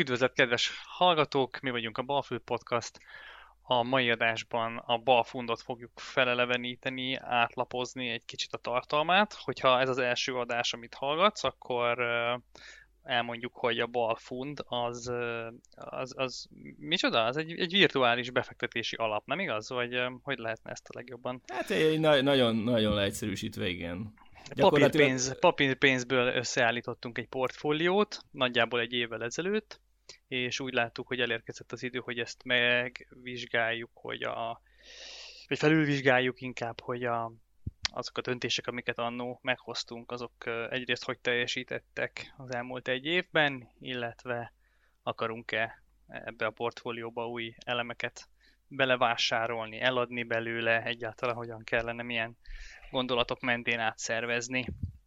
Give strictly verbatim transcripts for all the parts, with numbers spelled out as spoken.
Üdvözlet, kedves hallgatók! Mi vagyunk a Balföld Podcast. A mai adásban a Balfundot fogjuk feleleveníteni, átlapozni egy kicsit a tartalmát. Hogyha ez az első adás, amit hallgatsz, akkor elmondjuk, hogy a Balfund az, az, az micsoda? Az egy, egy virtuális befektetési alap, nem igaz? Vagy hogy lehetne ezt a legjobban? Hát egy na- nagyon, nagyon leegyszerűsítve, igen. Papírpénz, papírpénzből összeállítottunk egy portfóliót, nagyjából egy évvel ezelőtt, és úgy láttuk, hogy elérkezett az idő, hogy ezt megvizsgáljuk, hogy a, vagy felülvizsgáljuk inkább, hogy a, azok a döntések, amiket annó meghoztunk, azok egyrészt hogy teljesítettek az elmúlt egy évben, illetve akarunk-e ebbe a portfólióba új elemeket belevásárolni, eladni belőle, egyáltalán hogyan kellene, milyen gondolatok mentén átszervezni.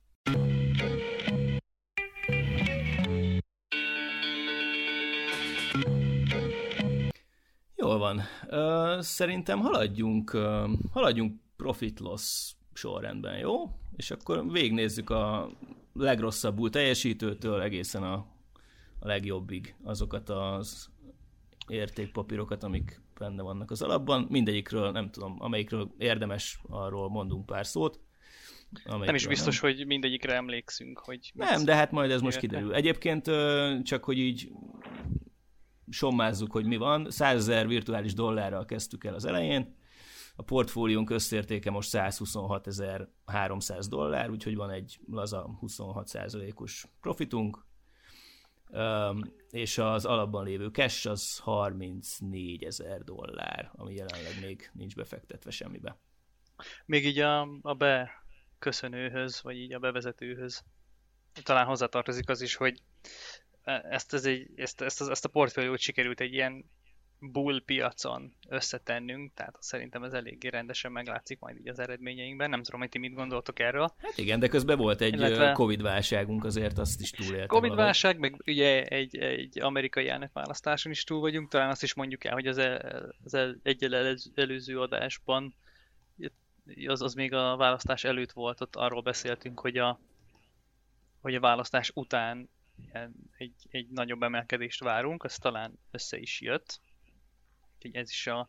Jól van. Uh, szerintem haladjunk, uh, haladjunk profit-loss sorrendben, jó? És akkor végignézzük a legrosszabbul teljesítőtől egészen a, a legjobbig azokat az értékpapírokat, amik benne vannak az alapban. Mindegyikről, nem tudom, amelyikről érdemes, arról mondunk pár szót. Nem is biztos, nem. hogy mindegyikre emlékszünk, hogy... Nem, de hát majd ez most kiderül. Egyébként csak, hogy így sommázzuk, hogy mi van. százezer virtuális dollárral kezdtük el az elején. A portfóliónk összértéke most százhuszonhatezer-háromszáz dollár, úgyhogy van egy laza huszonhat százalékos profitunk. Um, és az alapban lévő cash az harmincnégyezer dollár, ami jelenleg még nincs befektetve semmibe. Még így a, a beköszönőhöz, vagy így a bevezetőhöz talán hozzátartozik az is, hogy ezt, ez egy, ezt, ezt, ezt a portfóliót sikerült egy ilyen bull piacon összetennünk, tehát szerintem ez eléggé rendesen meglátszik majd így az eredményeinkben. Nem tudom, hogy ti mit gondoltok erről. Hát igen, de közben volt egy illetve... Covid-válságunk, azért azt is túlélte. Covid-válság, meg ugye egy, egy amerikai elnökválasztáson is túl vagyunk, talán azt is mondjuk el, hogy az, el, az el, egyel előző adásban, az, az még a választás előtt volt, ott arról beszéltünk, hogy a, hogy a választás után egy, egy nagyobb emelkedést várunk, az talán össze is jött. Ez is a,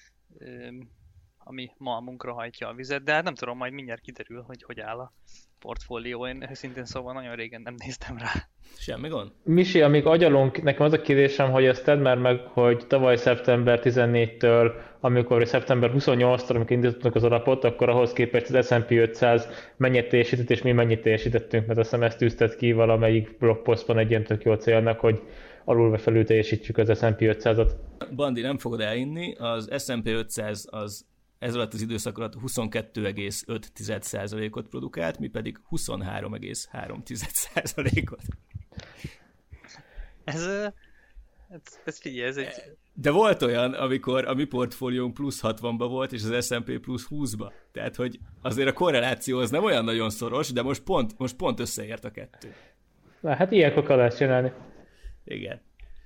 ami malmunkra hajtja a vizet, de hát nem tudom, majd mindjárt kiderül, hogy hogy áll a portfólió. Én őszintén szóval nagyon régen nem néztem rá. Semmi gond? Misi, amíg agyalunk, nekem az a kérdésem, hogy ezt tedd már meg, hogy tavaly szeptember tizennégytől, amikor szeptember huszonnyolcadikától, amikor indítottunk az alapot, akkor ahhoz képest az es and pé ötszáz mennyit teljesített, és mi mennyit teljesítettünk, mert azt hiszem ezt tűztet ki valamelyik blogposztban egy ilyen tök jó célnak, hogy alul vagy felül teljesítjük az es and pé ötszázat. Bandi, nem fogod elinni, az es and pé ötszáz az ez alatt az időszak alatt huszonkettő egész öt százalékot produkált, mi pedig huszonhárom egész három százalékot. Ez, ez, ez figyelj, ez egy... De volt olyan, amikor a mi portfóliónk plusz hatvanba volt, és az es and pé plusz húszba. Tehát, hogy azért a korreláció az nem olyan nagyon szoros, de most pont, most pont összeért a kettő. Na, hát ilyenkor kell ezt csinálni. Igen.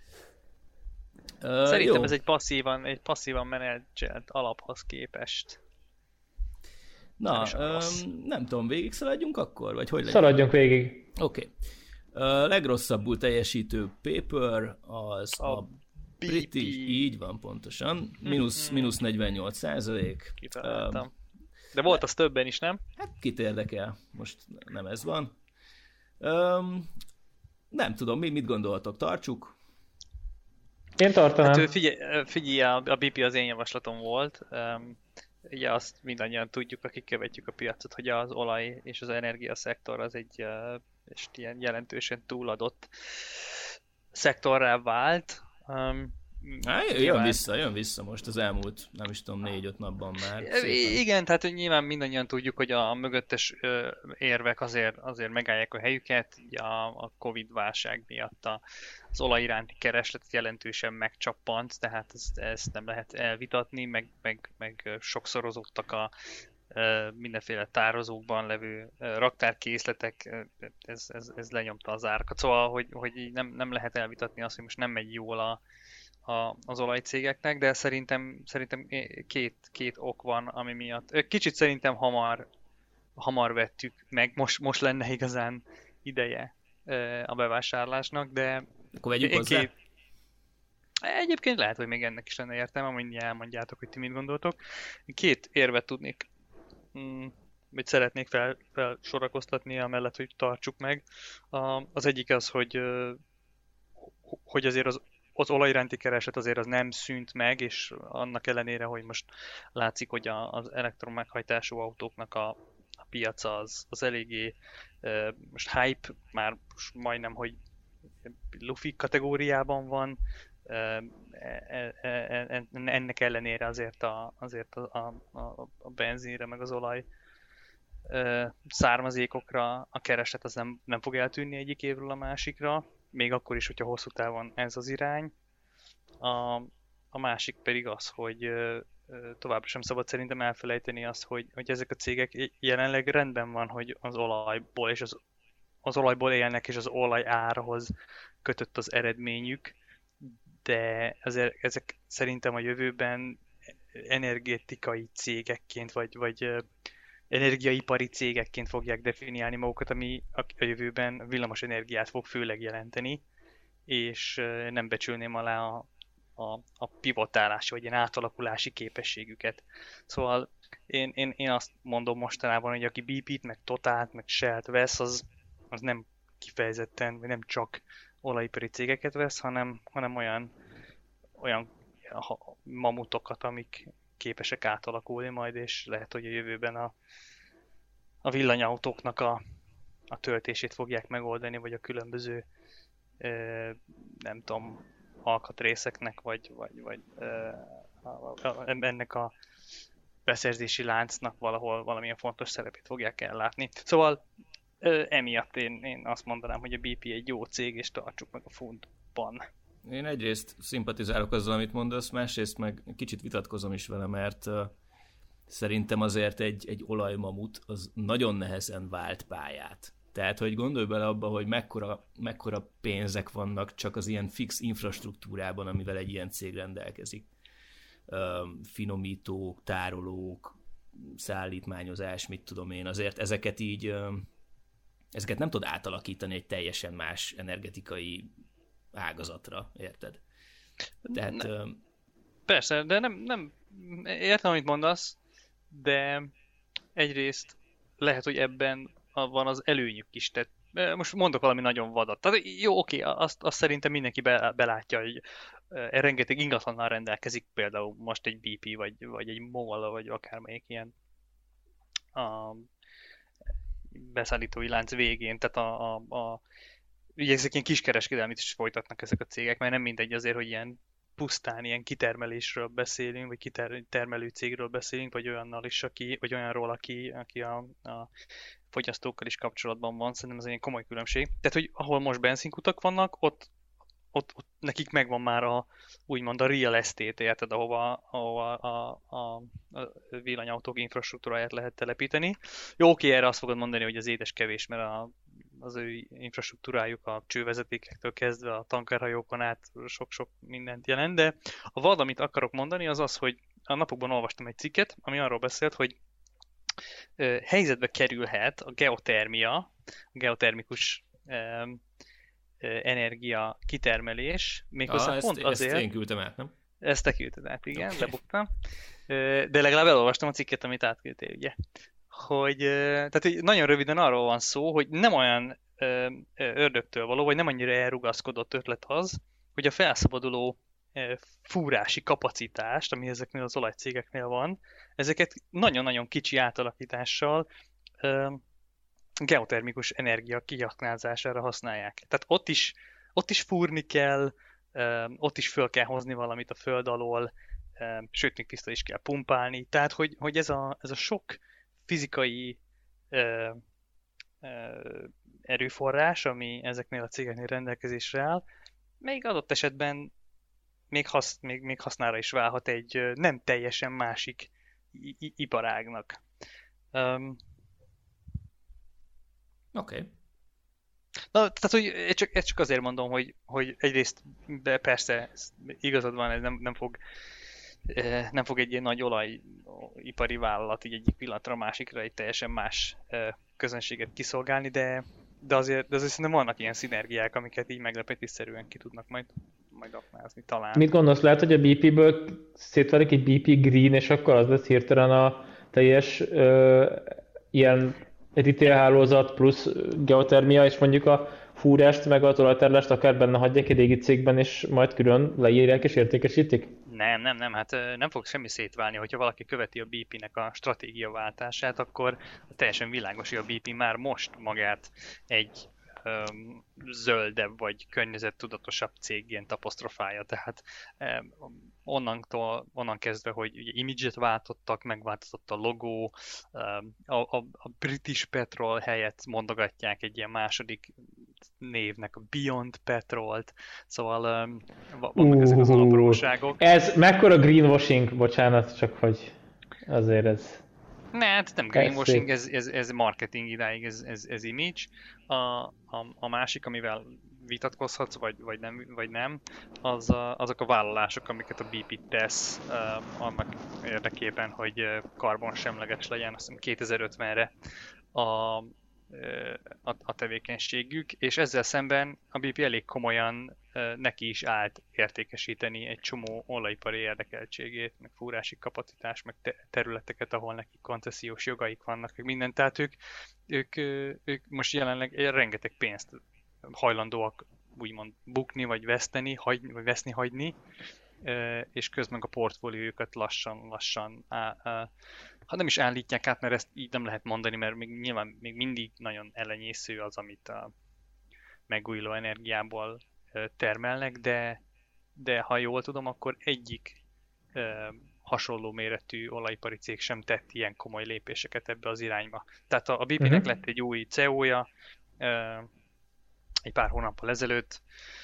Uh, Szerintem jó. Ez egy passzívan, egy passzívan menedzselt alaphoz képest. Na, nem, um, nem tudom, végig szaladjunk akkor? Vagy hogy szaladjunk végig. Oké. Okay. Uh, legrosszabbul teljesítő paper az a, a British, így van pontosan, mínusz, mínusz negyvennyolc százalék. Kitaláltam. Um, De volt az többen is, nem? Hát kit érdekel, most nem ez van. Um, nem tudom, mi, mit gondoltok, tartsuk? Én tartanám. Hát figyelj, figyelj a, a bé pé az én javaslatom volt. Um, ugye azt mindannyian tudjuk, akik követjük a piacot, hogy az olaj és az energia szektor az egy uh, és ilyen jelentősen túladott szektorrá vált. Um, Há, jön nyilván... vissza, jön vissza most az elmúlt, nem is tudom, négy-öt napban már. Szépen. Igen, tehát nyilván mindannyian tudjuk, hogy a mögöttes ö, érvek azért, azért megállják a helyüket, a, a Covid-válság miatt a, az olaj iránti kereslet jelentősen megcsappant, tehát ezt, ezt nem lehet elvitatni, meg, meg, meg sokszorozottak a ö, mindenféle tározókban levő ö, raktárkészletek, ez, ez, ez lenyomta az árakat. Szóval, hogy, hogy így nem, nem lehet elvitatni azt, hogy most nem megy jól a A, az olajcégeknek, de szerintem, szerintem két, két ok van, ami miatt. Kicsit szerintem hamar, hamar vettük meg, most, most lenne igazán ideje a bevásárlásnak, de akkor vegyük hozzá? Két, Egyébként lehet, hogy még ennek is lenne értelme, mindjárt elmondjátok, hogy ti mit gondoltok. Két érvet tudnék, mm, vagy szeretnék fel, felsorakoztatni, amellett, hogy tartsuk meg. A, az egyik az, hogy, ö, hogy azért az, az olaj iránti kereslet azért az nem szűnt meg, és annak ellenére, hogy most látszik, hogy a, az elektromeghajtású autóknak a, a piaca az, az eléggé ö, most hype, már most majdnem, hogy lufi kategóriában van, e- e- e- e- ennek ellenére azért a, azért a, a, a a benzinre, meg az olaj e, származékokra a kereslet az nem, nem fog eltűnni egyik évről a másikra, még akkor is, hogyha hosszú távon ez az irány. A, a másik pedig az, hogy ö, ö, továbbra sem szabad szerintem elfelejteni azt, hogy, hogy ezek a cégek jelenleg rendben van, hogy az olajból és az, az olajból élnek, és az olaj árhoz kötött az eredményük, de ezek, ezek szerintem a jövőben energetikai cégekként, vagy, vagy ö, energiaipari cégekként fogják definiálni magukat, ami a a jövőben villamos energiát fog főleg jelenteni, és ö, nem becsülném alá a, a, a pivotálási, vagy ilyen átalakulási képességüket. Szóval én, én, én azt mondom mostanában, hogy aki bé pét, meg Totalt, meg Shell-t vesz, az, az nem kifejezetten, vagy nem csak olajipari cégeket vesz, hanem, hanem olyan, olyan ha- mamutokat, amik képesek átalakulni majd, és lehet, hogy a jövőben a, a villanyautóknak a, a töltését fogják megoldani, vagy a különböző ö, nem tudom, alkatrészeknek, vagy, vagy, vagy ö, a, a, ennek a beszerzési láncnak valahol valamilyen fontos szerepét fogják ellátni. Szóval ö, emiatt én, én azt mondanám, hogy a bé pé egy jó cég, és tartsuk meg a funtban. Én egyrészt szimpatizálok azzal, amit mondasz, másrészt meg kicsit vitatkozom is vele, mert uh, szerintem azért egy, egy olajmamut az nagyon nehezen vált pályát. Tehát, hogy gondolj bele abba, hogy mekkora, mekkora pénzek vannak csak az ilyen fix infrastruktúrában, amivel egy ilyen cég rendelkezik. Uh, finomítók, tárolók, szállítmányozás, mit tudom én, azért ezeket így, uh, ezeket nem tud átalakítani egy teljesen más energetikai ágazatra, érted? Tehát... Ne, persze, de nem, nem értem, amit mondasz, de egyrészt lehet, hogy ebben van az előnyük is. Tehát most mondok valami nagyon vadat. Tehát jó, oké, azt, azt szerintem mindenki belátja, hogy rengeteg ingatlannal rendelkezik, például most egy bé pé, vagy, vagy egy MOL, vagy akármelyik ilyen a beszállítói lánc végén, tehát a, a, a ugye ezek ilyen kiskereskedelmit is folytatnak ezek a cégek, mert nem mindegy azért, hogy ilyen pusztán ilyen kitermelésről beszélünk, vagy kitermelő cégről beszélünk, vagy olyannal is, aki, vagy olyanról, aki, aki a, a fogyasztókkal is kapcsolatban van, szerintem ez egy komoly különbség. Tehát, hogy ahol most benzinkutak vannak, ott, ott, ott nekik megvan már a, úgymond a real estate, érted, ahova, ahova a, a, a villanyautók infrastruktúráját lehet telepíteni. Jó, oké, erre azt fogod mondani, hogy az édes kevés, mert a az ő infrastruktúrájuk a csővezetékektől kezdve a tankerhajókon át sok-sok mindent jelent, de a vad, amit akarok mondani, az az, hogy a napokban olvastam egy cikket, ami arról beszélt, hogy ö, helyzetbe kerülhet a geotermia, a geotermikus ö, ö, energia kitermelés, méghozzá ah, pont ezt, azért... Ezt én küldtem át, nem? Ezt te küldted át, igen, okay. Lebuktam. De legalább elolvastam a cikket, amit átküldtél, ugye? Hogy, tehát nagyon röviden arról van szó, hogy nem olyan ördögtől való, vagy nem annyira elrugaszkodott ötlet az, hogy a felszabaduló fúrási kapacitást, ami ezeknél az olajcégeknél van, ezeket nagyon-nagyon kicsi átalakítással geotermikus energia kiaknázására használják. Tehát ott is, ott is fúrni kell, ott is föl kell hozni valamit a föld alól, sőt, még vissza is kell pumpálni. Tehát, hogy, hogy ez, a, ez a sok fizikai ö, ö, erőforrás, ami ezeknél a cégeknél rendelkezésre áll, még adott esetben még, hasz, még, még hasznára is válhat egy ö, nem teljesen másik i- iparágnak. Um, Oké. Okay. Na, tehát, hogy ezt csak, ezt csak azért mondom, hogy, hogy egyrészt, de persze igazad van, ez nem, nem fog nem fog egy ilyen nagy olajipari vállalat így egyik pillanatra a másikra egy teljesen más közönséget kiszolgálni, de, de, azért, de azért szerintem vannak ilyen szinergiák, amiket így meglepetésszerűen ki tudnak majd majd aknázni talán. Mit gondolsz, lehet, hogy a bé pé-ből szétválik egy bé pé Green, és akkor az lesz hirtelen a teljes ö, ilyen retail hálózat plusz geotermia, és mondjuk a fúrást, meg a talajtárlást akár benne hagyják egy régi cégben, és majd külön leírják és értékesítik? Nem, nem, nem, hát nem fog semmi szétválni, hogyha valaki követi a bé pé-nek a stratégiaváltását, akkor teljesen világos, hogy a bé pé már most magát egy um, zöldebb vagy környezettudatosabb cégként apostrofálja, tehát um, onnantól, onnan kezdve, hogy ugye image-et váltottak, megváltozott a logó, um, a, a, a British Petrol helyett mondogatják egy ilyen második névnek a Beyond Petrolt, szóval um, vannak uh, ezek az alapróságok. Ez mekkora greenwashing, bocsánat, csak hogy azért ez... Ne, hát nem greenwashing, ez, ez, ez marketing idáig, ez, ez, ez image. A, a, a másik, amivel vitatkozhatsz, vagy, vagy, nem, vagy nem, az a, azok a vállalások, amiket a bé pé tesz uh, annak érdekében, hogy karbonsemleges legyen, azt hiszem kétezer-ötvenre a, a, a tevékenységük, és ezzel szemben a bé pé elég komolyan uh, neki is állt értékesíteni egy csomó olajipari érdekeltségét, meg fúrási kapacitás, meg te- területeket, ahol nekik koncesziós jogaik vannak, meg minden. Tehát ők, ők, ők most jelenleg rengeteg pénzt hajlandóak úgymond bukni, vagy veszteni, hagy, vagy veszni, hagyni, és közben a portfóliójukat lassan-lassan ha nem is állítják át, mert ezt így nem lehet mondani, mert még nyilván még mindig nagyon elenyésző az, amit a megújuló energiából termelnek, de, de ha jól tudom, akkor egyik hasonló méretű olajipari cég sem tett ilyen komoly lépéseket ebbe az irányba. Tehát a bé pé-nek uh-huh. lett egy új cé e ó-ja egy pár hónappal ezelőtt,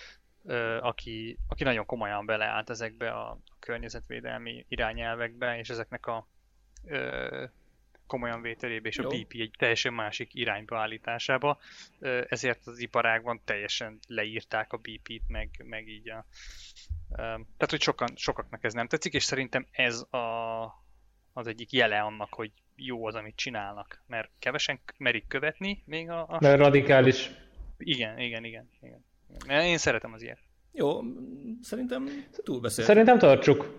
aki, aki nagyon komolyan beleállt ezekbe a környezetvédelmi irányelvekbe, és ezeknek a ö, komolyan vételébe, és Jó. a bé pé egy teljesen másik irányba állításába. Ezért az iparágban teljesen leírták a bé pét, meg, meg így a... Tehát, hogy sokan, sokaknak ez nem tetszik, és szerintem ez a, az egyik jele annak, hogy jó az, amit csinálnak, mert kevesen merik követni még a... a mert radikális. Igen, igen, igen, igen. Én szeretem az ilyet. Jó, szerintem túlbeszélt. Szerintem tartsuk.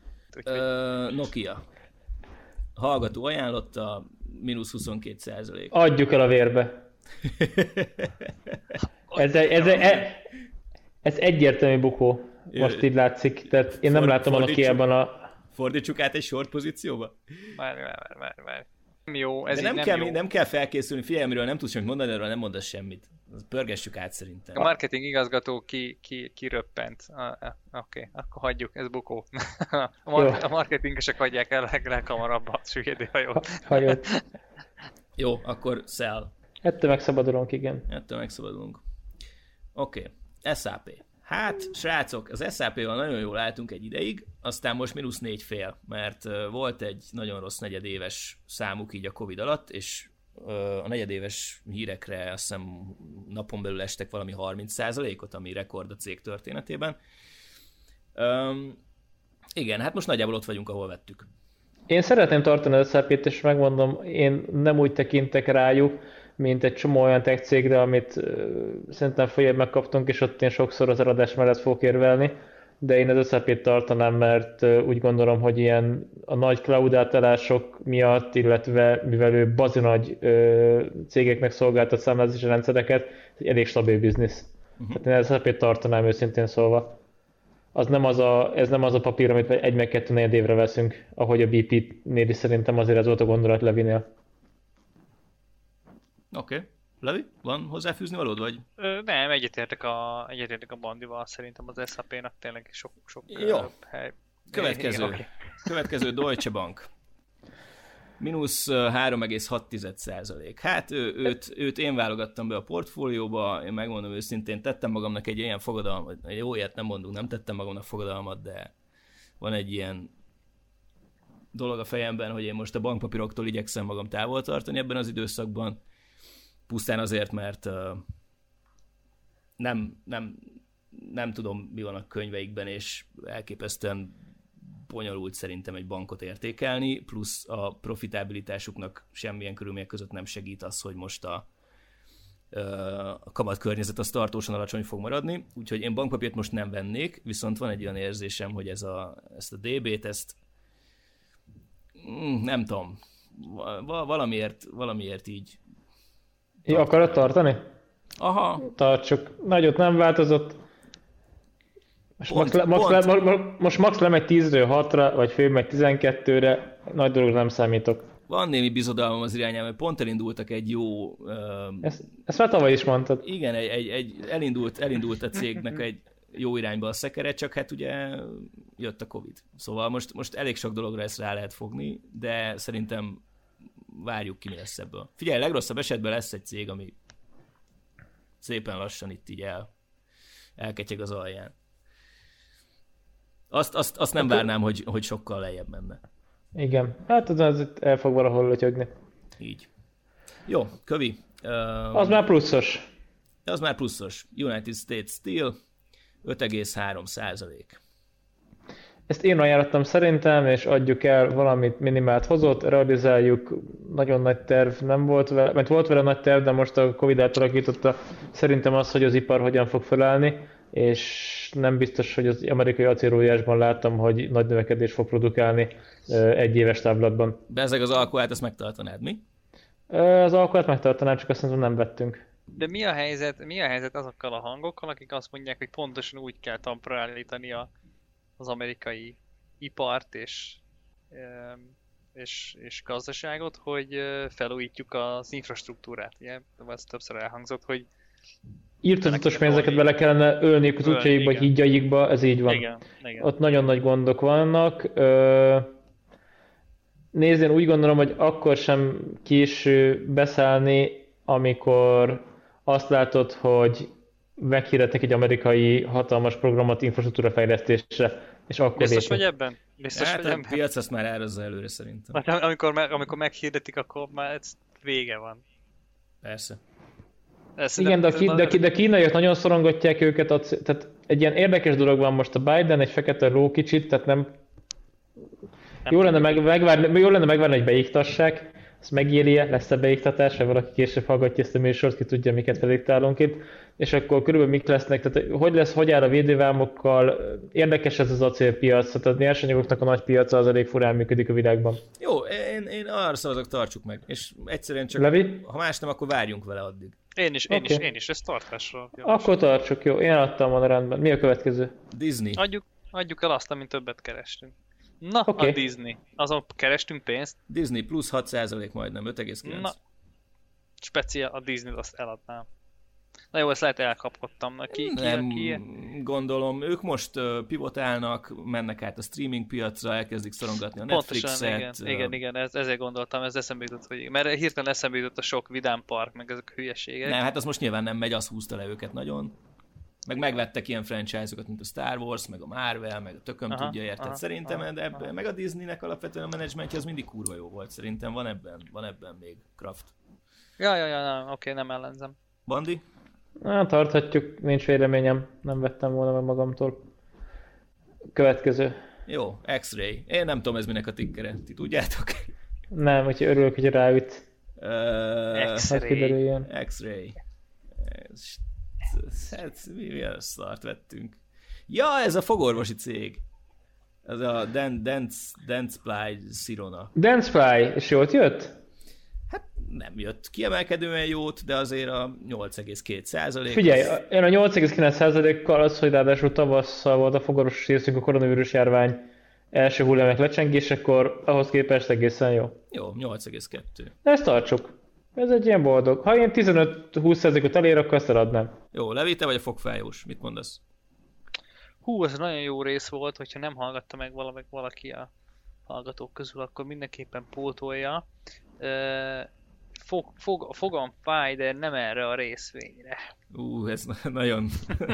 Ö, Nokia. Hallgató ajánlotta, mínusz huszonkét százalék. Adjuk el a vérbe. ez, ez, ez, ez egyértelmű bukó. Most így látszik. Tehát én nem For, látom a Nokiában a... Fordítsuk át egy short pozícióba? Várj, várj, várj, várj. Jó, ez De nem, nem kell, jó. nem kell felkészülni, figyelj, amiről nem tudsz semmit mondani, erről nem mondasz semmit. Pörgessük át szerintem. A marketing igazgató ki, ki, kiröppent. Ah, ah, Oké, okay, akkor hagyjuk, ez bukó. a, mar- a marketingesek hagyják el leg- leghamarabb a süllyedő hajót. Hajót. Jó, akkor sell. Ettől megszabadulunk, igen. Ettől megszabadulunk. Oké, okay. es á pé. Hát, srácok, az es á pé-val nagyon jól álltunk egy ideig, aztán most mínusz négy fél, mert uh, volt egy nagyon rossz negyedéves számuk így a Covid alatt, és uh, a negyedéves hírekre azt hiszem napon belül estek valami harminc százalékot, ami rekord a cég történetében. Um, igen, hát most nagyjából ott vagyunk, ahol vettük. Én szeretném tartani az es á pét, és megmondom, én nem úgy tekintek rájuk, mint egy csomó olyan tech cégre, amit uh, szerintem följebb megkaptunk, és ott én sokszor az eladás mellett fogok érvelni, de én az es á pét tartanám, mert uh, úgy gondolom, hogy ilyen a nagy cloud átállások miatt, illetve mivel ő bazi nagy uh, cégeknek szolgáltat számlázási rendszereket, egy elég stabil biznisz. Uh-huh. Tehát én az es á pét tartanám őszintén szólva. Az nem az a, ez nem az a papír, amit egy meg kettő negyed évre veszünk, ahogy a bé pé-nél is szerintem azért ez volt a gondolat Levinél. Oké. Okay. Levi, van hozzáfűzni valód, vagy? Ö, nem, egyetértek a, egyetértek a Bandival, szerintem az es á pé-nak tényleg sok, sok Jó. Uh, hely. Következő. Igen, okay. Következő Deutsche Bank. Mínusz három egész hat százalék. Hát ő, őt, őt én válogattam be a portfólióba, én megmondom őszintén, tettem magamnak egy ilyen fogadalmat, jó ilyet nem mondunk, nem tettem magamnak fogadalmat, de van egy ilyen dolog a fejemben, hogy én most a bankpapíroktól igyekszem magam távol tartani ebben az időszakban, pusztán azért, mert uh, nem, nem, nem tudom, mi van a könyveikben, és elképesztően bonyolult szerintem egy bankot értékelni, plusz a profitabilitásuknak semmilyen körülmények között nem segít az, hogy most a a kamatkörnyezet az tartósan alacsony fog maradni, úgyhogy én bankpapírt most nem vennék, viszont van egy olyan érzésem, hogy ez a, ezt a dé bé-t, ezt nem tudom, valamiért, valamiért így. Jó, akarod tartani? Aha. Tartsuk. Nagyot nem változott. Most pont, max, max, pont. Le, most, most max lemegy tízről hatra, vagy fő meg tizenkettőre, nagy dolog nem számítok. Van némi bizodalmam az irányában, mert pont elindultak egy jó... Uh, ezt, ezt már tavaly is mondtad. Igen, egy, egy, egy elindult, elindult a cégnek egy jó irányba a szekere, csak hát ugye jött a Covid. Szóval most, most elég sok dologra ezt rá lehet fogni, de szerintem várjuk ki, mi lesz ebből. Figyelj, legrosszabb esetben lesz egy cég, ami szépen lassan itt így el, elketyeg az alján. Azt, azt, azt nem várnám, hogy, hogy sokkal lejjebb menne. Igen, hát az, az el fog valahol lötyögni. Így. Jó, Kövi. Um, az már pluszos. Az már pluszos. United States Steel, öt egész három százalék. Ezt én ajánlottam szerintem, és adjuk el, valamit minimált hozott, realizáljuk, nagyon nagy terv nem volt vele, mert volt vele nagy terv, de most a Covid átalakította szerintem az, hogy az ipar hogyan fog felállni, és nem biztos, hogy az amerikai acélóriásban láttam, hogy nagy növekedés fog produkálni egy éves táblatban. De ezek az alkoát, ezt megtartanád, mi? Az alkoát megtartanám, csak azt mondom, nem vettünk. De mi a helyzet, mi a helyzet azokkal a hangokkal, akik azt mondják, hogy pontosan úgy kell talpra állítani a, az amerikai ipart és, és, és gazdaságot, hogy felújítjuk az infrastruktúrát. Ugye? Ez többször elhangzott, hogy írtózatos pénzeket bele kellene ölniük az útjaikba, hídjaikba, ez így van. Igen, igen. Ott nagyon nagy gondok vannak. Nézd, én úgy gondolom, hogy akkor sem késő beszállni, amikor azt látod, hogy meghirdetnek egy amerikai hatalmas programot infrastruktúra fejlesztésre, és akkor biztos lépni. vagy ebben? Biztos hát vagy a ebben? piac azt már árazza előre szerintem. Hát, amikor, meg, amikor meghirdetik, akkor már ez vége van. Persze. Ez Igen, de a, ki, de, a, de a kínaiak nagyon szorongatják őket, a, tehát egy ilyen érdekes dolog van most a Biden, egy fekete ló kicsit, tehát nem... nem jó, lenne meg, megvárni, jó lenne megvárni, hogy beiktassák, ezt megéri-e, lesz-e beiktatás, vagy valaki később hallgatja ezt a műsort, ki tudja, miket feliktálunk itt, és akkor körülbelül mik lesznek, tehát hogy lesz, hogy áll a védővámokkal, érdekes ez az acélpiac, tehát a nyersanyagoknak a nagy piaca az elég furán működik a világban. Jó, én, én arra szavazok, tartsuk meg, és egyszerűen csak, Levi? Ha más nem, akkor várjunk vele addig. Én is, én okay. is, én is, ez tartásra. Akkor tartsuk, jó, én adtam volna rendben. Mi a következő? Disney. Adjuk, adjuk el azt, amint többet kerestünk. Na, okay. A Disney. Azon kerestünk pénzt. Disney plusz hat százalék majdnem, öt egész kilenc. Na, speciál a Disney-t azt eladnám. Na jó, ezt lehet elkapkodtam. Ki, ki, nem ki? gondolom, ők most uh, pivotálnak, mennek át a streaming piacra, elkezdik szorongatni a Netflixet. Pontosan, igen, uh, igen, igen, ez, ezért gondoltam, ez eszembe jutott, hogy... Mert hirtelen eszembe jutott a sok vidám park, meg ezek a hülyeségek. Nem, hát az most nyilván nem megy, az húzta le őket nagyon. Meg megvettek ilyen franchise-okat, mint a Star Wars, meg a Marvel, meg a tököm aha, tudja, érted? Aha, szerintem, aha, de ebben, aha. meg a Disneynek alapvetően a menedzsmentje az mindig kurva jó volt. Szerintem van ebben, van ebben még craft. Ja, ja, ja, oké, okay, nem ellenzem. Bandi? Na, tarthatjuk, nincs véleményem, nem vettem volna meg magamtól. Következő. Jó, X-Ray. Én nem tudom, ez minek a tikkere. Ti tudjátok? Nem, úgyhogy örülök, hogy ráüt. Uh, X-Ray. X-Ray. Hát, milyen szart vettünk? Ja, ez a fogorvosi cég. Ez a Dentsply Sirona. Dentsply, és jót jött? Hát nem jött kiemelkedően jót, de azért a nyolc egész két százalék. Figyelj, én a nyolc egész kilenc százalékkal az, hogy ráadásul tavasszal volt a fogorvosi részünk a koronavírus járvány első hullámok lecsengésekor, ahhoz képest egészen jó. Jó, nyolc egész kettő. Ezt tartsuk. Ez egy ilyen boldog. Ha én tizenöt-húsz százalékot elér, akkor ezt eladnám. Jó, Levi, te vagy a fogfájós. Mit mondasz? Hú, ez nagyon jó rész volt, hogyha nem hallgatta meg valaki, valaki a hallgatók közül, akkor mindenképpen pótolja. Fog, fog, fogam fáj, de nem erre a részvényre. Ú, ez nagyon...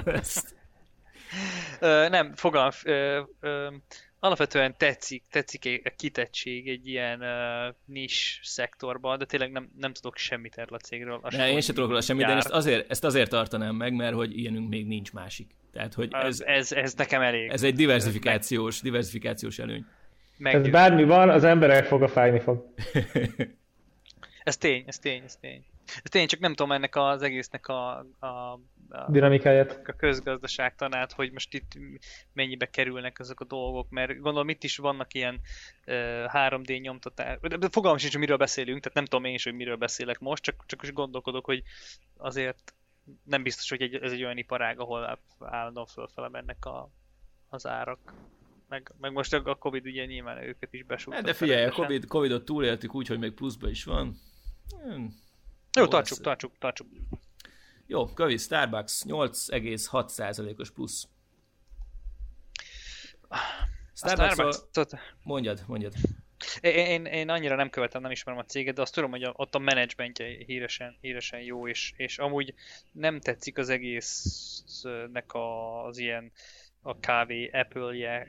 nem, fogam... Alapvetően tetszik, tetszik a kitettség egy ilyen uh, nis szektorban, de tényleg nem, nem tudok semmit erről a cégről. Ne, én sem tudok róla semmit, de ezt azért, ezt azért tartanám meg, mert hogy ilyenünk még nincs másik. Tehát, hogy ez, ez, ez nekem elég. Ez egy diversifikációs, diversifikációs előny. Ez bármi van, az emberek fog a fájni fog. Ez tény, ez tény, ez tény. Én csak nem tudom ennek az egésznek a, a, a, dinamikáját. a közgazdaságtanát, hogy most itt mennyibe kerülnek ezek a dolgok, mert gondolom itt is vannak ilyen uh, három dé nyomtatás, de fogalmam sincs, hogy miről beszélünk, tehát nem tudom én is, hogy miről beszélek most, csak, csak is gondolkodok, hogy azért nem biztos, hogy egy, ez egy olyan iparág, ahol állandóan fölfele mennek a, az árak. Meg, meg most a Covid ugye nyilván őket is besúgtak. De figyelj, a Covid, Covidot túléltük úgy, hogy még pluszban is van. Hmm. Jó, tartsuk, lesz. tartsuk, tartsuk. Jó, Kövi, Starbucks nyolc egész hat százalékos plusz. Starbucks, Starbucks mondjad, mondjad. Én, én, én annyira nem követem, nem ismerem a céget, de azt tudom, hogy ott a menedzsmentje híresen, híresen jó, és, és amúgy nem tetszik az egésznek az ilyen a kávé Apple-je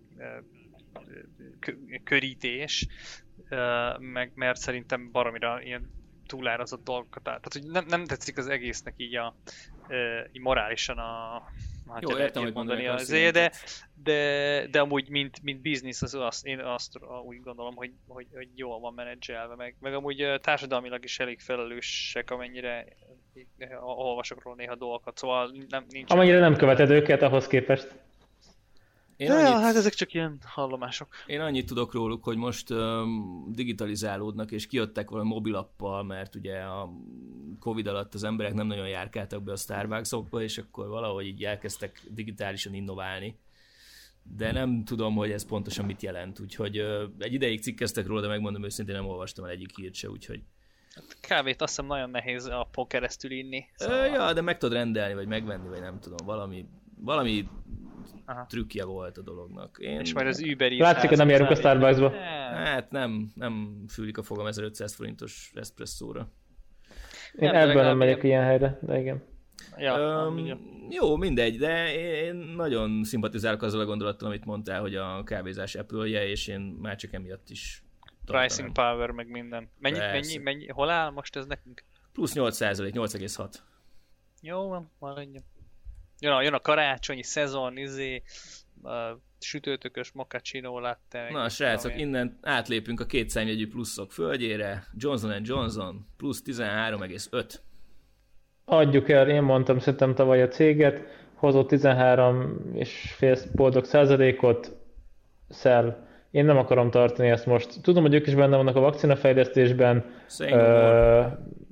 körítés, meg mert szerintem baromira ilyen túlárazott dolgokat. Tehát, hogy nem, nem tetszik az egésznek így a így morálisan a hát jó, értem, hogy mondani azért, de, de, de amúgy mint, mint biznisz az azt, én azt úgy gondolom, hogy, hogy, hogy jól van menedzselve, meg, meg amúgy társadalmilag is elég felelősek, amennyire olvasok róla néha dolgokat, szóval nem, nincs... Amennyire nem követed őket ahhoz képest. Én annyit, ja, hát ezek csak ilyen hallomások. Én annyit tudok róluk, hogy most um, digitalizálódnak, és kijöttek valami mobilappal, mert ugye a Covid alatt az emberek nem nagyon járkáltak be a Starbucksokba, és akkor valahogy így elkezdtek digitálisan innoválni. De nem tudom, hogy ez pontosan mit jelent, úgyhogy uh, egy ideig cikkeztek róla, de megmondom őszintén, nem olvastam el egyik hírt se, úgyhogy... Kávét azt hiszem nagyon nehéz appon keresztül inni. Szóval... Uh, ja, de meg tudod rendelni, vagy megvenni, vagy nem tudom, valami... valami aha. trükkje volt a dolognak. Én... És majd az Uber Eats. Látszik, hogy nem járunk a Starbucksba. Hát nem, nem fűlik a fogam ezerötszáz forintos espresszóra. Én nem, ebből nem megyek ilyen helyre, de igen. Ja, um, jó, mindegy, de én nagyon szimpatizálok azzal a gondolattal, amit mondtál, hogy a kávézás Apple-je, és én már csak emiatt is tartanám. Pricing power, meg minden. Mennyi, mennyi, mennyi, hol áll most ez nekünk? Plusz nyolc százalék, nyolc egész hat. Jó van, maradjon. Jön a, jön a karácsonyi szezon, izé, a sütőtökös mochaccino latte. Na srácok, ami... innen átlépünk a két számjegyű pluszok földjére. Johnson and Johnson plusz tizenhárom egész öt. Adjuk el, én mondtam szerintem tavaly a céget, hozott tizenhárom és fél boldog százalékot, szel. Én nem akarom tartani ezt most. Tudom, hogy ők is benne vannak a vakcinafejlesztésben. Uh,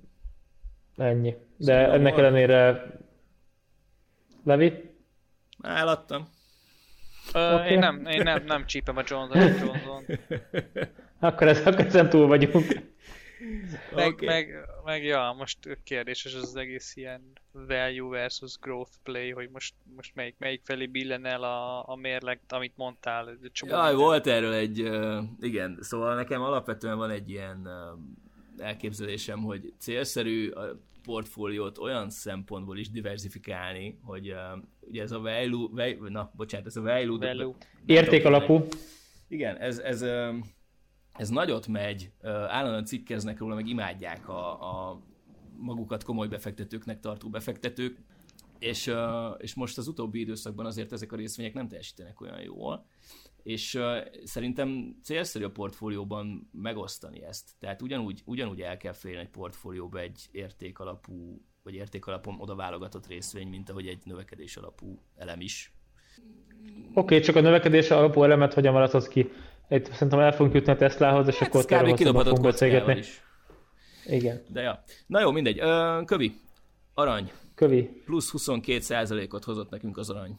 ennyi. De Szépen ennek volt. Ellenére Levi? Eladtam. Uh, okay. Én nem, én nem, nem csípem a Johnson Johnson. akkor, ez, akkor ezen túl vagyunk. Meg, okay. meg, meg ja, most kérdéses az egész ilyen value versus growth play, hogy most, most melyik, melyik felé billen el a, a mérleg, amit mondtál. Jaj, minden. Volt erről egy, uh, igen, szóval nekem alapvetően van egy ilyen uh, elképzelésem, hogy célszerű a portfóliót olyan szempontból is diversifikálni, hogy uh, ugye ez a value, value na, bocsánat, ez a value, value. Érték alapú. Igen, ez, ez, uh, ez nagyot megy, uh, állandóan cikkeznek róla, meg imádják a, a magukat komoly befektetőknek tartó befektetők, és, uh, és most az utóbbi időszakban azért ezek a részvények nem teljesítenek olyan jól, és uh, szerintem célszerű a portfólióban megosztani ezt. Tehát ugyanúgy, ugyanúgy el kell férni egy portfólióba egy értékalapú, vagy értékalapon oda válogatott részvény, mint ahogy egy növekedés alapú elem is. Oké, okay, csak a növekedés alapú elemet hogyan választasz ki? Itt szerintem el fogunk jutni a Teslához, és hát akkor erről hosszabban fogunk beszélgetni. Igen. De ja. Na jó, mindegy. Ö, Kövi, arany. Kövi. Plusz huszonkét százalékot hozott nekünk az arany.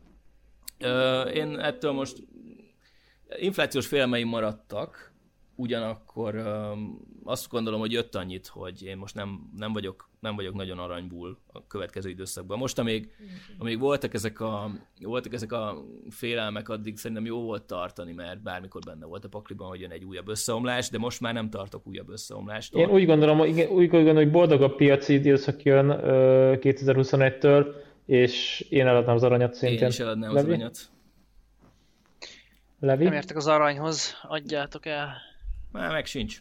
Ö, én ettől most inflációs félelmeim maradtak, ugyanakkor ö, azt gondolom, hogy jött annyit, hogy én most nem, nem, vagyok, nem vagyok nagyon aranybull a következő időszakban. Most, amíg, amíg voltak, ezek a, voltak ezek a félelmek, addig szerintem jó volt tartani, mert bármikor benne volt a pakliban, hogy jön egy újabb összeomlás, de most már nem tartok újabb összeomlástól. Én úgy gondolom, hogy, úgy gondolom, hogy boldogabb piaci időszak jön uh, kétezer-huszonegytől, és én eladnám az aranyat szintén. Én is eladnám Levi? az aranyat. Levi? Nem értek az aranyhoz, adjátok el. Már meg sincs.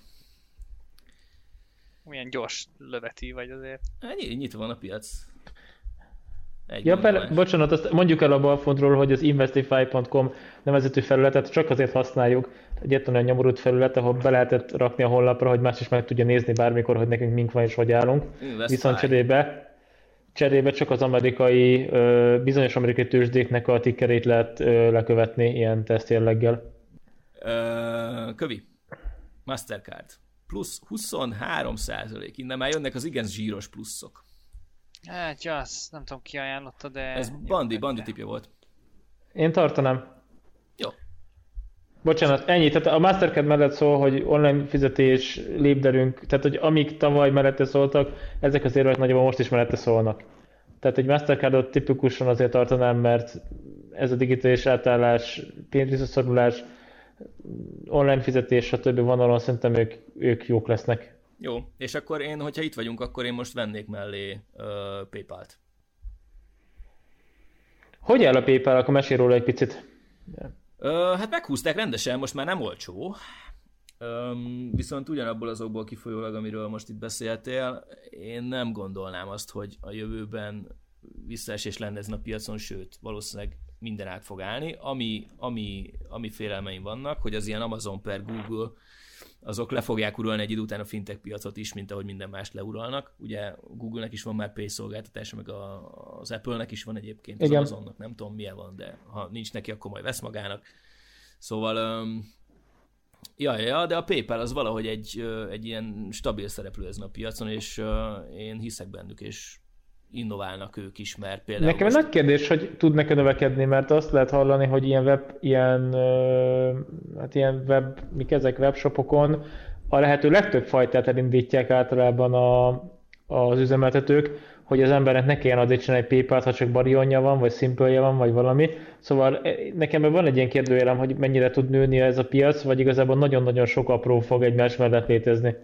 Milyen gyors löveti vagy azért. Ennyi, nyitva van a piac. Egy Ja, per, bocsánat, azt mondjuk el a Balfontról, hogy az investify pont com nevezetű felületet csak azért használjuk, egyetlen olyan nyomorult felület, ahol be lehetett rakni a honlapra, hogy más is meg tudja nézni bármikor, hogy nekünk mink van és hogy állunk. Investify. Viszont cserébe, cserébe csak az amerikai, bizonyos amerikai tőzsdéknek a tickerét lehet lekövetni ilyen teszt jelleggel. Uh, kövi. Mastercard. Plusz huszonhárom százalék. Innen már jönnek az igen zsíros pluszok. Hát, ja, azt nem tudom ki ajánlotta, de... Ez Bandi, Bandi tipje volt. Én tartanám. Jó. Bocsánat, ennyi. Tehát a Mastercard mellett szól, hogy online fizetés, lépderünk, tehát hogy amíg tavaly mellette szóltak, ezek az érvek nagyjából most is mellette szólnak. Tehát egy Mastercardot tipikusan azért tartanám, mert ez a digitális átállás, pénzvisszaszorulás, online fizetés, stb. Vonalon szerintem ők, ők jók lesznek. Jó, és akkor én, hogyha itt vagyunk, akkor én most vennék mellé uh, PayPal-t. Hogy áll a PayPal? Akkor mesélj róla egy picit. Uh, hát meghúzták rendesen, most már nem olcsó. Um, viszont ugyanabból azokból kifolyólag, amiről most itt beszéltél, én nem gondolnám azt, hogy a jövőben visszaesés lenne ezen a piacon, sőt, valószínűleg minden át fog állni. Ami, ami, ami félelmeim vannak, hogy az ilyen Amazon per Google, azok le fogják uralni egy idő után a fintech piacot is, mint ahogy minden mást leuralnak. Ugye Google-nek is van már Pay szolgáltatása, meg a, az Apple-nek is van egyébként, az Igen. Amazonnak nem tudom milyen van, de ha nincs neki, akkor majd vesz magának. Szóval, um, ja, ja, de a PayPal az valahogy egy, egy ilyen stabil szereplő ezen a piacon, és uh, én hiszek bennük, és innoválnak ők is, mert például... Nekem most... nagy kérdés, hogy tudnak-e növekedni, mert azt lehet hallani, hogy ilyen web, ilyen, hát ilyen web, mik ezek, webshopokon a lehető legtöbb fajtát elindítják általában a, az üzemeltetők, hogy az embernek ne kelljen azért csinálni egy PayPal-t, ha csak Barionja van, vagy Simple-je van, vagy valami. Szóval nekem van egy ilyen kérdőjelem, hogy mennyire tud nőni ez a piac, vagy igazából nagyon-nagyon sok apró fog egymás mellett létezni.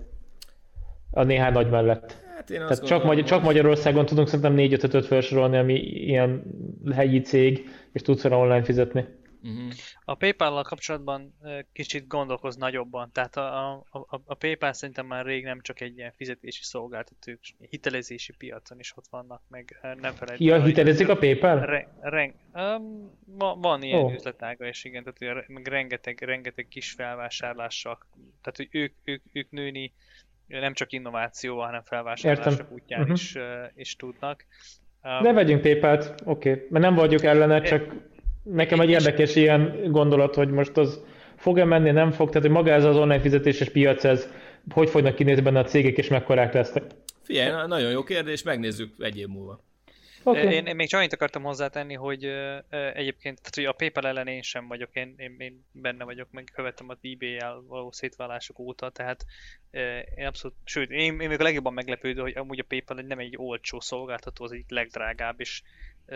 A néhány nagy mellett. Hát én Tehát csak, Magy- csak Magyarországon tudunk szerintem négy-öt-öt felsorolni, ami ilyen helyi cég, és tudsz rá online fizetni. Uh-huh. A PayPal-lal kapcsolatban kicsit gondolkoz nagyobban. Tehát a, a, a PayPal szerintem már rég nem csak egy ilyen fizetési szolgáltató, hitelezési piacon is ott vannak, meg nem felejtjük. Ja, hitelezik a PayPal? Re, ren, um, van ilyen oh. üzletága, és igen, tehát meg rengeteg, rengeteg kis felvásárlással, tehát hogy ők, ők, ők nőni nem csak innovációval, hanem felvásárlások útján uh-huh. is, uh, is tudnak. Um, De vegyünk PayPal-t, oké. Okay. Mert nem vagyok ellene, csak nekem egy érdekes ilyen gondolat, hogy most az fog-e menni, nem fog, tehát hogy maga ez az online fizetéses piac, ez hogy fognak kinézni benne a cégek, és mekkorák lesznek? Figyelj, nagyon jó kérdés, megnézzük egy év múlva. Okay. Én, én még csak annyit akartam hozzátenni, hogy uh, egyébként tehát, hogy a PayPal ellen én sem vagyok, én, én, én benne vagyok, meg követem az eBay-jel való szétválások óta, tehát uh, én abszolút, sőt, én, én még a legjobban meglepődő, hogy amúgy a PayPal nem egy olcsó szolgáltató, az egyik legdrágább, és, uh,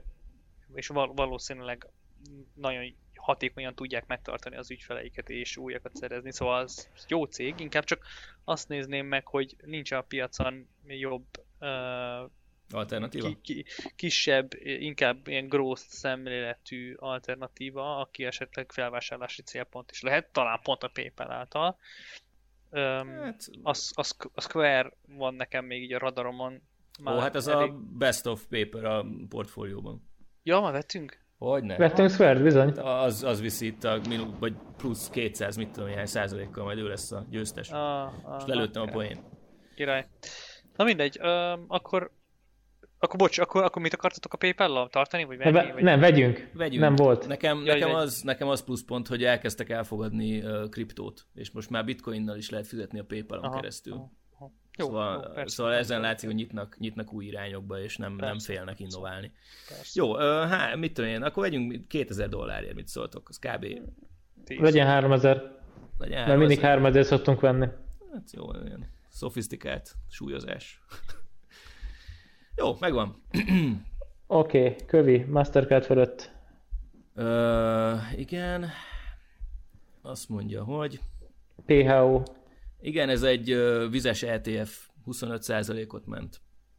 és val- valószínűleg nagyon hatékonyan tudják megtartani az ügyfeleiket és újakat szerezni, szóval az jó cég, inkább csak azt nézném meg, hogy nincs a piacon jobb uh, alternatíva? Ki, ki, kisebb, inkább ilyen growth szemléletű alternatíva, aki esetleg felvásárlási célpont is lehet, talán pont a PayPal által. Um, hát, az, az, a Square van nekem még így a radaromon. Ó, hát ez elég... a best of paper a portfólióban. Ja, ma vettünk? Hogyne? Vettünk Square-t, bizony. Az, az viszi itt a minu, vagy plusz kétszáz, mit tudom, néhány százalékkal, majd ő lesz a győztes. Ah, ah, és lelőttem a poén. Király. Na mindegy, um, akkor Akkor bocs, akkor, akkor mit akartatok a PayPal-lal tartani? Vagy venni, ne, vagy... Nem, vegyünk. vegyünk. Nem volt. Nekem, Jaj, nekem, az, nekem az pluszpont, hogy elkezdtek elfogadni uh, kriptót, és most már bitcoinnal is lehet fizetni a PayPal-on aha, keresztül. Aha, aha. Jó, szóval, jó, persze, szóval ezen látszik, hogy nyitnak, nyitnak új irányokba, és nem, nem félnek innoválni. Persze. Jó, uh, há, mit tudom én, akkor vegyünk kétezer dollárért, mit szóltok, az kb. Legyen háromezer. Legyen mert mindig háromezer szoktunk venni. Hát jó, olyan szofisztikált súlyozás. Jó, megvan. Oké, okay, kövi, Mastercard fölött. Uh, igen. Azt mondja, hogy... pé há o. Igen, ez egy uh, vizes é té ef, huszonöt százalékot ment.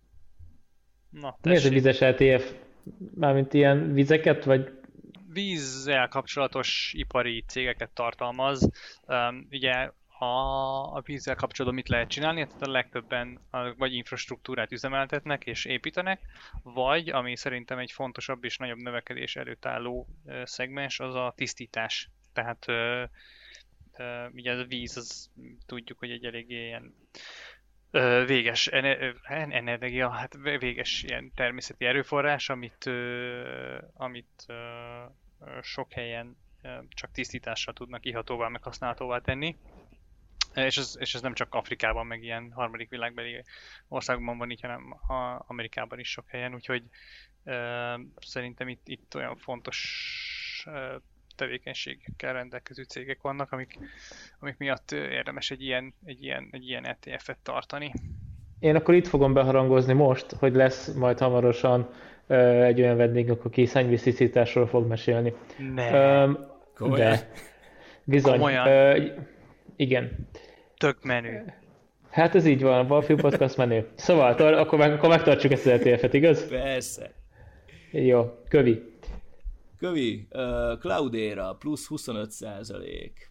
Na, mi ez a vizes é té ef? Mármint ilyen vizeket, vagy... Vízzel kapcsolatos ipari cégeket tartalmaz. Um, ugye a, a vízzel kapcsolatban mit lehet csinálni, tehát a legtöbben a, vagy infrastruktúrát üzemeltetnek és építenek, vagy, ami szerintem egy fontosabb és nagyobb növekedés előtt álló ö, szegmens, az a tisztítás. Tehát ö, ö, ugye a víz, az tudjuk, hogy egy eléggé ilyen ö, véges ener- energia, hát véges ilyen természeti erőforrás, amit, ö, amit ö, sok helyen csak tisztítással tudnak ihatóvá, meg használhatóvá tenni. És ez, és ez nem csak Afrikában, meg ilyen harmadik világbeli országban van így, hanem a Amerikában is sok helyen, úgyhogy uh, szerintem itt, itt olyan fontos uh, tevékenységekkel rendelkező cégek vannak, amik, amik miatt érdemes egy ilyen, egy ilyen, egy ilyen é té ef-et tartani. Én akkor itt fogom beharangozni most, hogy lesz majd hamarosan uh, egy olyan vendégünk, aki szennyvíztisztításról fog mesélni. Ne. Um, de. Bizony. Uh, igen. Tök menő. Hát ez így van, a Balfiú Podcast menő. Szóval, tar- akkor, meg, akkor megtartsuk ezt az é té ef-et, igaz? Persze. Jó, Kövi. Kövi, uh, Cloudera plusz huszonöt százalék.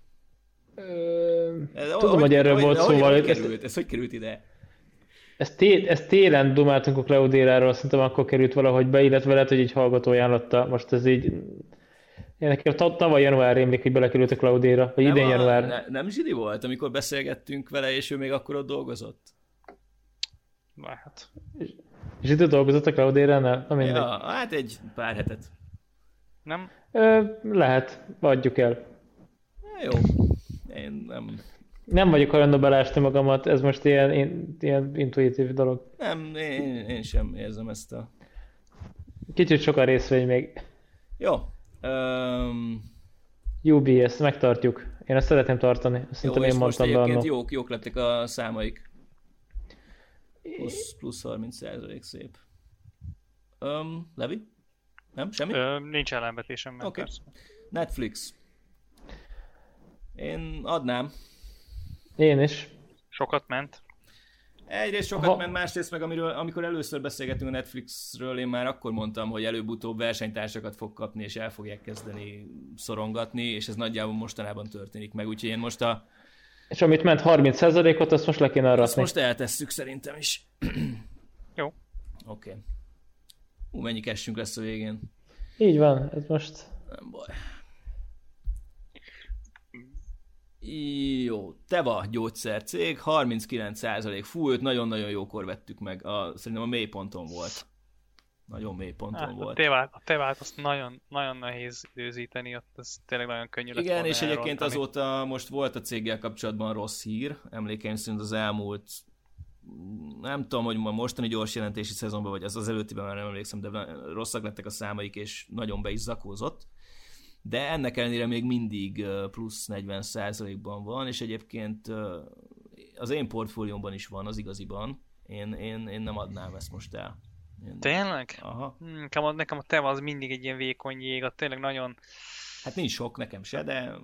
Ö, ez, tudom, hogy, hogy erről hogy, volt hogy, szóval. Hogy került, ez hogy került ide? Ezt, té- ezt télen dumáltunk a Cloudera-ról, szerintem akkor került valahogy be, illetve lehet, hogy egy hallgató ajánlotta. Most ez így... Én nekem tavaly január rémlik, hogy belekerült a Cloudera, vagy idén a, január. Ne, nem Zsidi volt, amikor beszélgettünk vele, és ő még akkor ott dolgozott? Hát. Zsidi dolgozott a Cloudera-nál? Na mindegy. Ja, hát egy pár hetet. Nem? Ö, lehet, adjuk el. Jó, én nem... Nem vagyok hajlandó belásni magamat, ez most ilyen, ilyen, ilyen intuitív dolog. Nem, én, én sem érzem ezt a... Kicsit sok a részvény még. Jó. Um... u bé es, megtartjuk. Én ezt szeretném tartani. Azt Jó, én és mondtam most be egyébként annak. jók, jók lettek a számaik. Plusz, plusz harminc százalék szép. Um, Levi? Nem? Semmi? Ö, nincs ellenvetésem, mert Oké. persze. Netflix. Én adnám. Én is. Sokat ment. Egyrészt sokat Ha- ment, másrészt meg amiről, amikor először beszélgettünk a Netflixről, én már akkor mondtam, hogy előbb-utóbb versenytársakat fog kapni, és el fogják kezdeni szorongatni, és ez nagyjából mostanában történik meg, úgyhogy én most a... És amit ment harminc százalékot, azt most le kéne Azt aratni. most eltesszük szerintem is. Jó. Oké. Okay. Ú, mennyi cashünk lesz a végén? Így van, ez most... Nem baj. Jó, Teva gyógyszercég, harminckilenc százalék. Fú, őt nagyon-nagyon jókor vettük meg. A, szerintem a mélyponton volt. Nagyon mélyponton Hát, a volt. tevát, a tevát azt nagyon, nagyon nehéz időzíteni, ott ez tényleg nagyon könnyű lett Igen, volna és egyébként elrontani. azóta most volt a céggel kapcsolatban rossz hír. Emlékeim szerint az elmúlt, nem tudom, hogy a mostani gyors jelentési szezonban, vagy az az előttiben már nem emlékszem, de rosszak lettek a számaik, és nagyon be is zakózott. De ennek ellenére még mindig plusz negyven százalékban van, és egyébként az én portfóliómban is van, az igaziban. Én, én, én nem adnám ezt most el. Én... Tényleg? Aha. Hmm, nekem, a, nekem a teva az mindig egy ilyen vékony jég, ott tényleg nagyon... Hát nincs sok nekem se, de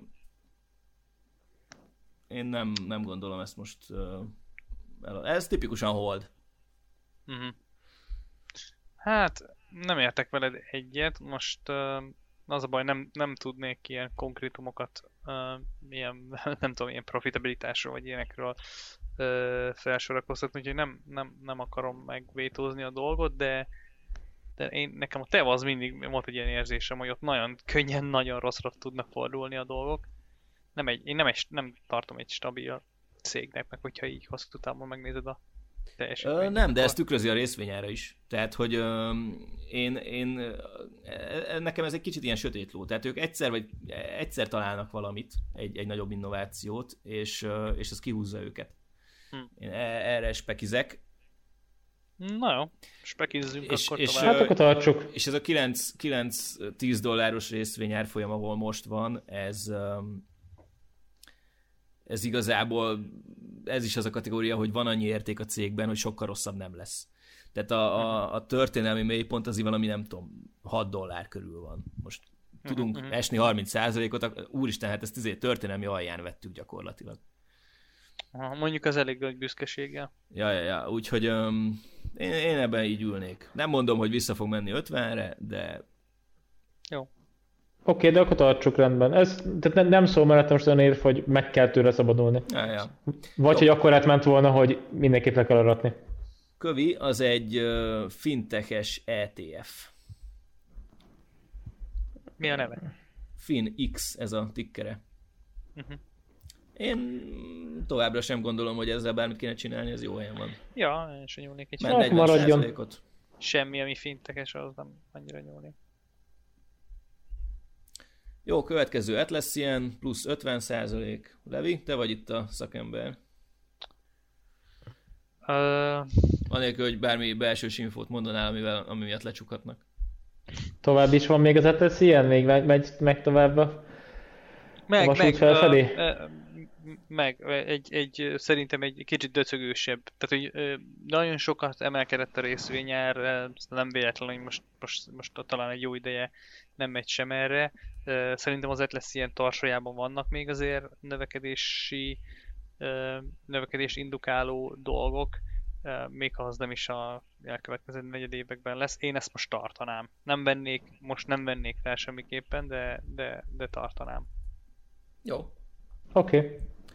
én nem, nem gondolom ezt most... El... Ez tipikusan hold. Uh-huh. Hát, nem értek veled egyet, most... Uh... Az a baj, nem, nem tudnék ilyen konkrétumokat, uh, ilyen, nem tudom, ilyen profitabilitásról, vagy ilyenekről uh, felsorakoztatni, úgyhogy nem, nem, nem akarom megvétózni a dolgot, de, de én, nekem a teva az mindig volt egy ilyen érzésem, hogy ott nagyon könnyen, nagyon rosszra tudnak fordulni a dolgok. Nem egy, én nem, egy, nem tartom egy stabil cégnek, meg hogyha így hosszú távon megnézed a teljesítményt. Ö, nem, de ez tükrözi a részvényára is. Tehát, hogy ö, én, én ö, nekem ez egy kicsit ilyen sötét ló. Tehát ők egyszer, vagy egyszer találnak valamit, egy, egy nagyobb innovációt, és, ö, és ez kihúzza őket. Hm. Én erre spekizek. Na jó, spekizzünk és, akkor és, tovább. Hát akkor tartsuk. És ez a kilenc-tíz dolláros részvény árfolyam, ahol most van, ez, ez igazából, ez is az a kategória, hogy van annyi érték a cégben, hogy sokkal rosszabb nem lesz. Tehát a, a, a történelmi mélypont az valami, nem tudom, hat dollár körül van. Most tudunk uh-huh. esni harminc százalékot, úristen, hát ezt azért történelmi alján vettük gyakorlatilag. Aha, mondjuk az elég nagy büszkeséggel. Ja, ja, ja. Úgyhogy um, én, én ebben így ülnék. Nem mondom, hogy vissza fog menni ötvenre, de jó. okay, de akkor tartsuk rendben. Ez tehát nem, nem szól mellett most olyan érv, hogy meg kell tőle szabadulni. Ja, ja. Vagy Jó. hogy akkor átment volna, hogy mindenképp le kell aratni. Kövi az egy uh, fintech-es é té ef. Mi a neve? FinX ez a tikkere. Uh-huh. Én továbbra sem gondolom, hogy ezzel bármit kéne csinálni, ez jó helyen van. Ja, én sem nyúlnék egy Mert Hát negyven maradjon. százalékot. semmi, ami fintekes, az nem annyira nyúlni. Jó, következő Atlassian, plusz ötven százalék. Levi, te vagy itt a szakember. Uh, Anélkül, hogy bármi belsős infót mondanál, amivel, ami miatt lecsukhatnak. Tovább is van még az Atlassian? Még megy, megy, megy tovább a, meg, a vasút meg, felfelé? uh, uh, meg egy, egy, szerintem egy kicsit döcögősebb. Tehát, hogy uh, nagyon sokat emelkedett a részvényár, uh, nem véletlen, hogy most, most, most talán egy jó ideje nem megy sem erre. Uh, szerintem az Atlassian tarsajában vannak még azért növekedési, uh, növekedést indukáló dolgok, uh, még ha az nem is a elkövetkező negyed években lesz. Én ezt most tartanám. Nem vennék, most nem vennék fel semmiképpen, de, de, de tartanám. Jó. Oké. Okay.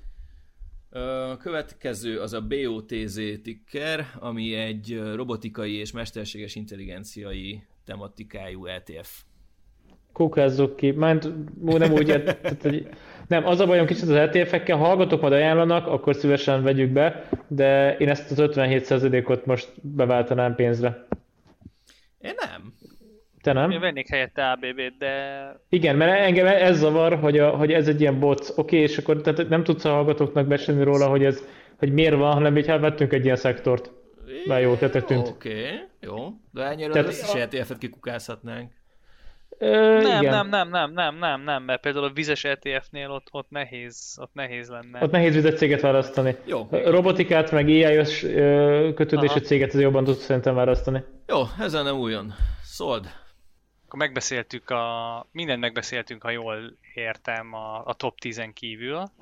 A következő az a bé o té zé ticker, ami egy robotikai és mesterséges intelligenciai tematikájú é té ef. Kukázzuk ki. Ment, nem úgy, tehát, hogy nem, az a bajom kicsit az é té ef-ekkel, ha hallgatók majd ajánlanak, akkor szívesen vegyük be, de én ezt az ötvenhét százalékot most beváltanám pénzre. Én nem. Te nem? Én vennék helyette á bé bé-t, de... Igen, mert engem ez zavar, hogy, a, hogy ez egy ilyen boc. Oké, okay, és akkor tehát nem tudsz a hallgatóknak beszélni róla, hogy ez hogy miért van, hanem így hát vettünk egy ilyen szektort. Már jó, tettek tűnt. Oké, okay, jó. De ennyire Tehát- az összes é té ef-et kikukázhatnánk. Ö, Nem, igen. nem, nem, nem, nem, nem, nem, mert például a vizes é té ef-nél ott, ott nehéz, ott nehéz lenne. Ott nehéz vizet céget választani. Jó. Robotikát, meg á i-os ö, kötődésű Aha. céget az jobban tudsz szerintem választani. Jó, ezen nem újon. Szóld. Akkor megbeszéltük a... Mindent megbeszéltünk, ha jól értem, a, a top tízen kívül. Uh,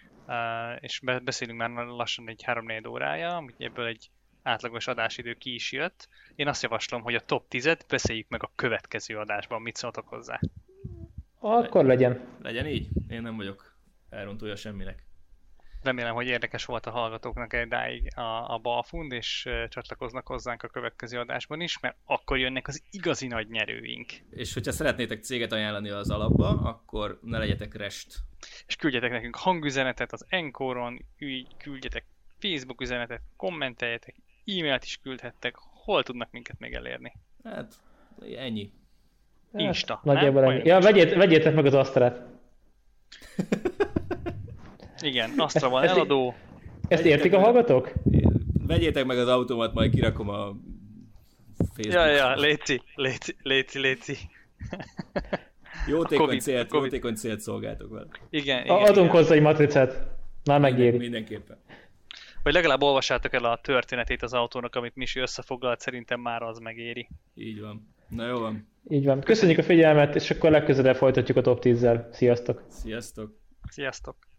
és be, beszélünk már lassan egy három-négy órája, úgyhogy ebből egy átlagos adásidő ki is jött. Én azt javaslom, hogy a top tízet beszéljük meg a következő adásban. Mit szóltok hozzá? Akkor legyen. Legyen így? Én nem vagyok elrontója semminek. Remélem, hogy érdekes volt a hallgatóknak egydáig a, a balfund, és uh, csatlakoznak hozzánk a következő adásban is, mert akkor jönnek az igazi nagy nyerőink. És hogyha szeretnétek céget ajánlani az alapba, akkor ne legyetek rest. És küldjetek nekünk hangüzenetet az Encore-on, így küldjetek Facebook üzenetet, kommenteljetek, e-mailt is küldhettek, hol tudnak minket még elérni? Hát, ennyi. Insta, Hát, nagyjából nem? ennyi. Ja, vegyét, vegyétek meg az Astrát. Igen, Astra van Ezt- eladó. Ezt értik a hallgatók? Vegyétek meg az autómat, majd kirakom a Facebook. Ja, ja, léci, léci, léci, léci. Jótékony, Covid- célt, Covid. jótékony célt szolgáltok vele. Igen, igen, A, adunk igen. hozzá egy matricát. Már megéri. Mindenképpen. Vagy legalább olvassátok el a történetét az autónak, amit Misi összefoglalt, szerintem már az megéri. Így van. Na jó van. Így van. Köszönjük a figyelmet, és akkor legközelebb folytatjuk a top tízzel. Sziasztok! Sziasztok. Sziasztok!